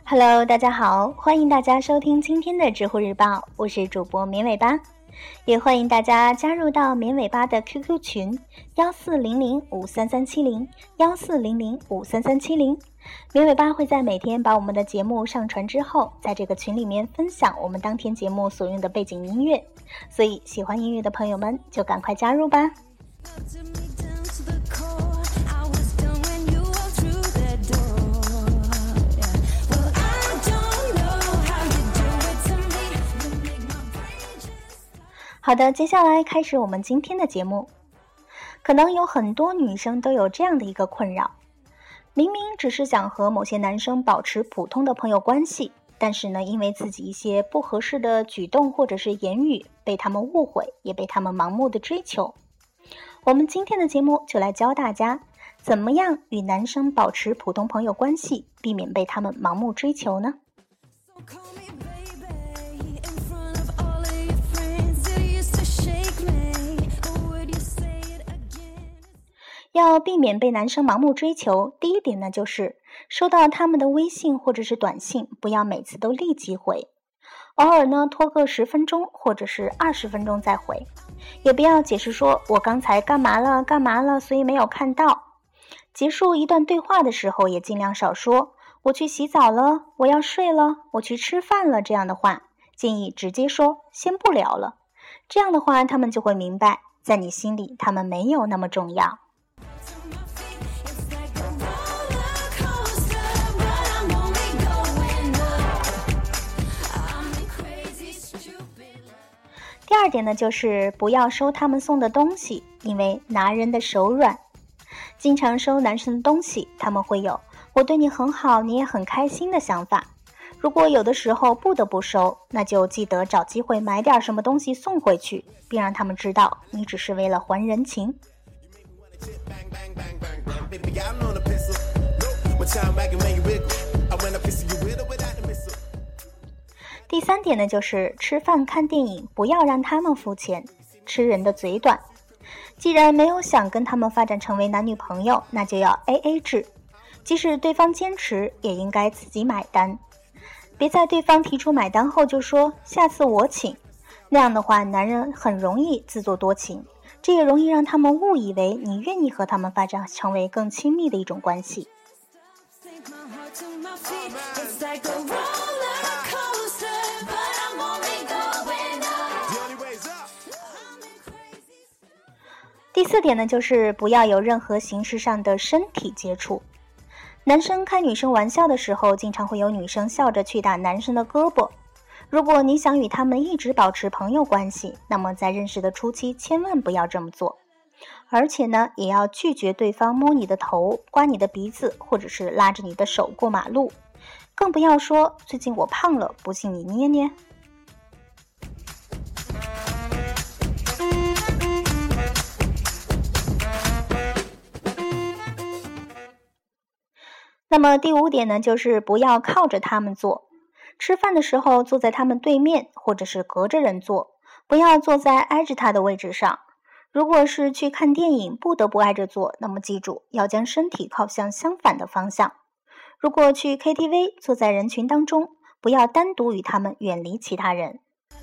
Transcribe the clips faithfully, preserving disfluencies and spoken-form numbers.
Hello， 大家好，欢迎大家收听今天的知乎日报，我是主播绵尾巴，也欢迎大家加入到绵尾巴的 Q Q 群幺四零零五三三七零幺四零零五三三七零。绵尾巴会在每天把我们的节目上传之后，在这个群里面分享我们当天节目所用的背景音乐，所以喜欢音乐的朋友们就赶快加入吧。好的，接下来开始我们今天的节目。可能有很多女生都有这样的一个困扰，明明只是想和某些男生保持普通的朋友关系，但是呢，因为自己一些不合适的举动或者是言语，被他们误会，也被他们盲目的追求。我们今天的节目就来教大家，怎么样与男生保持普通朋友关系，避免被他们盲目追求呢？要避免被男生盲目追求，第一点呢，就是收到他们的微信或者是短信，不要每次都立即回，偶尔呢拖个十分钟或者是二十分钟再回，也不要解释说我刚才干嘛了干嘛了，所以没有看到。结束一段对话的时候，也尽量少说我去洗澡了，我要睡了，我去吃饭了这样的话，建议直接说先不聊了。这样的话，他们就会明白，在你心里他们没有那么重要。第二点呢，就是不要收他们送的东西，因为拿人的手软。经常收男生的东西，他们会有我对你很好，你也很开心的想法。如果有的时候不得不收，那就记得找机会买点什么东西送回去，并让他们知道你只是为了还人情。第三点呢，就是吃饭看电影不要让他们付钱，吃人的嘴短。既然没有想跟他们发展成为男女朋友，那就要 A A 制，即使对方坚持，也应该自己买单。别在对方提出买单后就说下次我请，那样的话男人很容易自作多情，这也容易让他们误以为你愿意和他们发展成为更亲密的一种关系。第四点呢，就是不要有任何形式上的身体接触。男生开女生玩笑的时候，经常会有女生笑着去打男生的胳膊。如果你想与他们一直保持朋友关系，那么在认识的初期千万不要这么做。而且呢，也要拒绝对方摸你的头、刮你的鼻子，或者是拉着你的手过马路。更不要说最近我胖了，不信你捏捏。那么第五点呢，就是不要靠着他们坐。吃饭的时候坐在他们对面，或者是隔着人坐，不要坐在挨着他的位置上。如果是去看电影不得不挨着坐，那么记住要将身体靠向相反的方向。如果去 K T V 坐在人群当中，不要单独与他们远离其他人。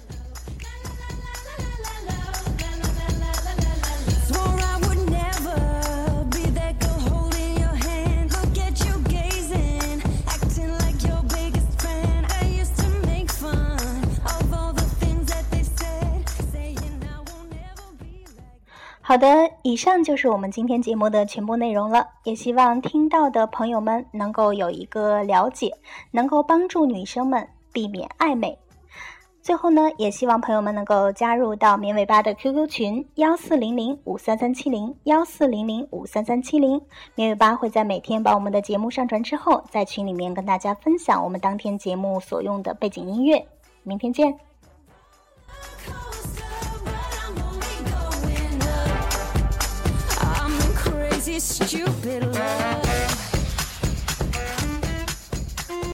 好的，以上就是我们今天节目的全部内容了，也希望听到的朋友们能够有一个了解，能够帮助女生们避免暧昧。最后呢，也希望朋友们能够加入到绵尾巴的 Q Q 群幺四零零五三三七零幺四零零五三三七零，绵尾巴会在每天把我们的节目上传之后，在群里面跟大家分享我们当天节目所用的背景音乐。明天见。Stupid love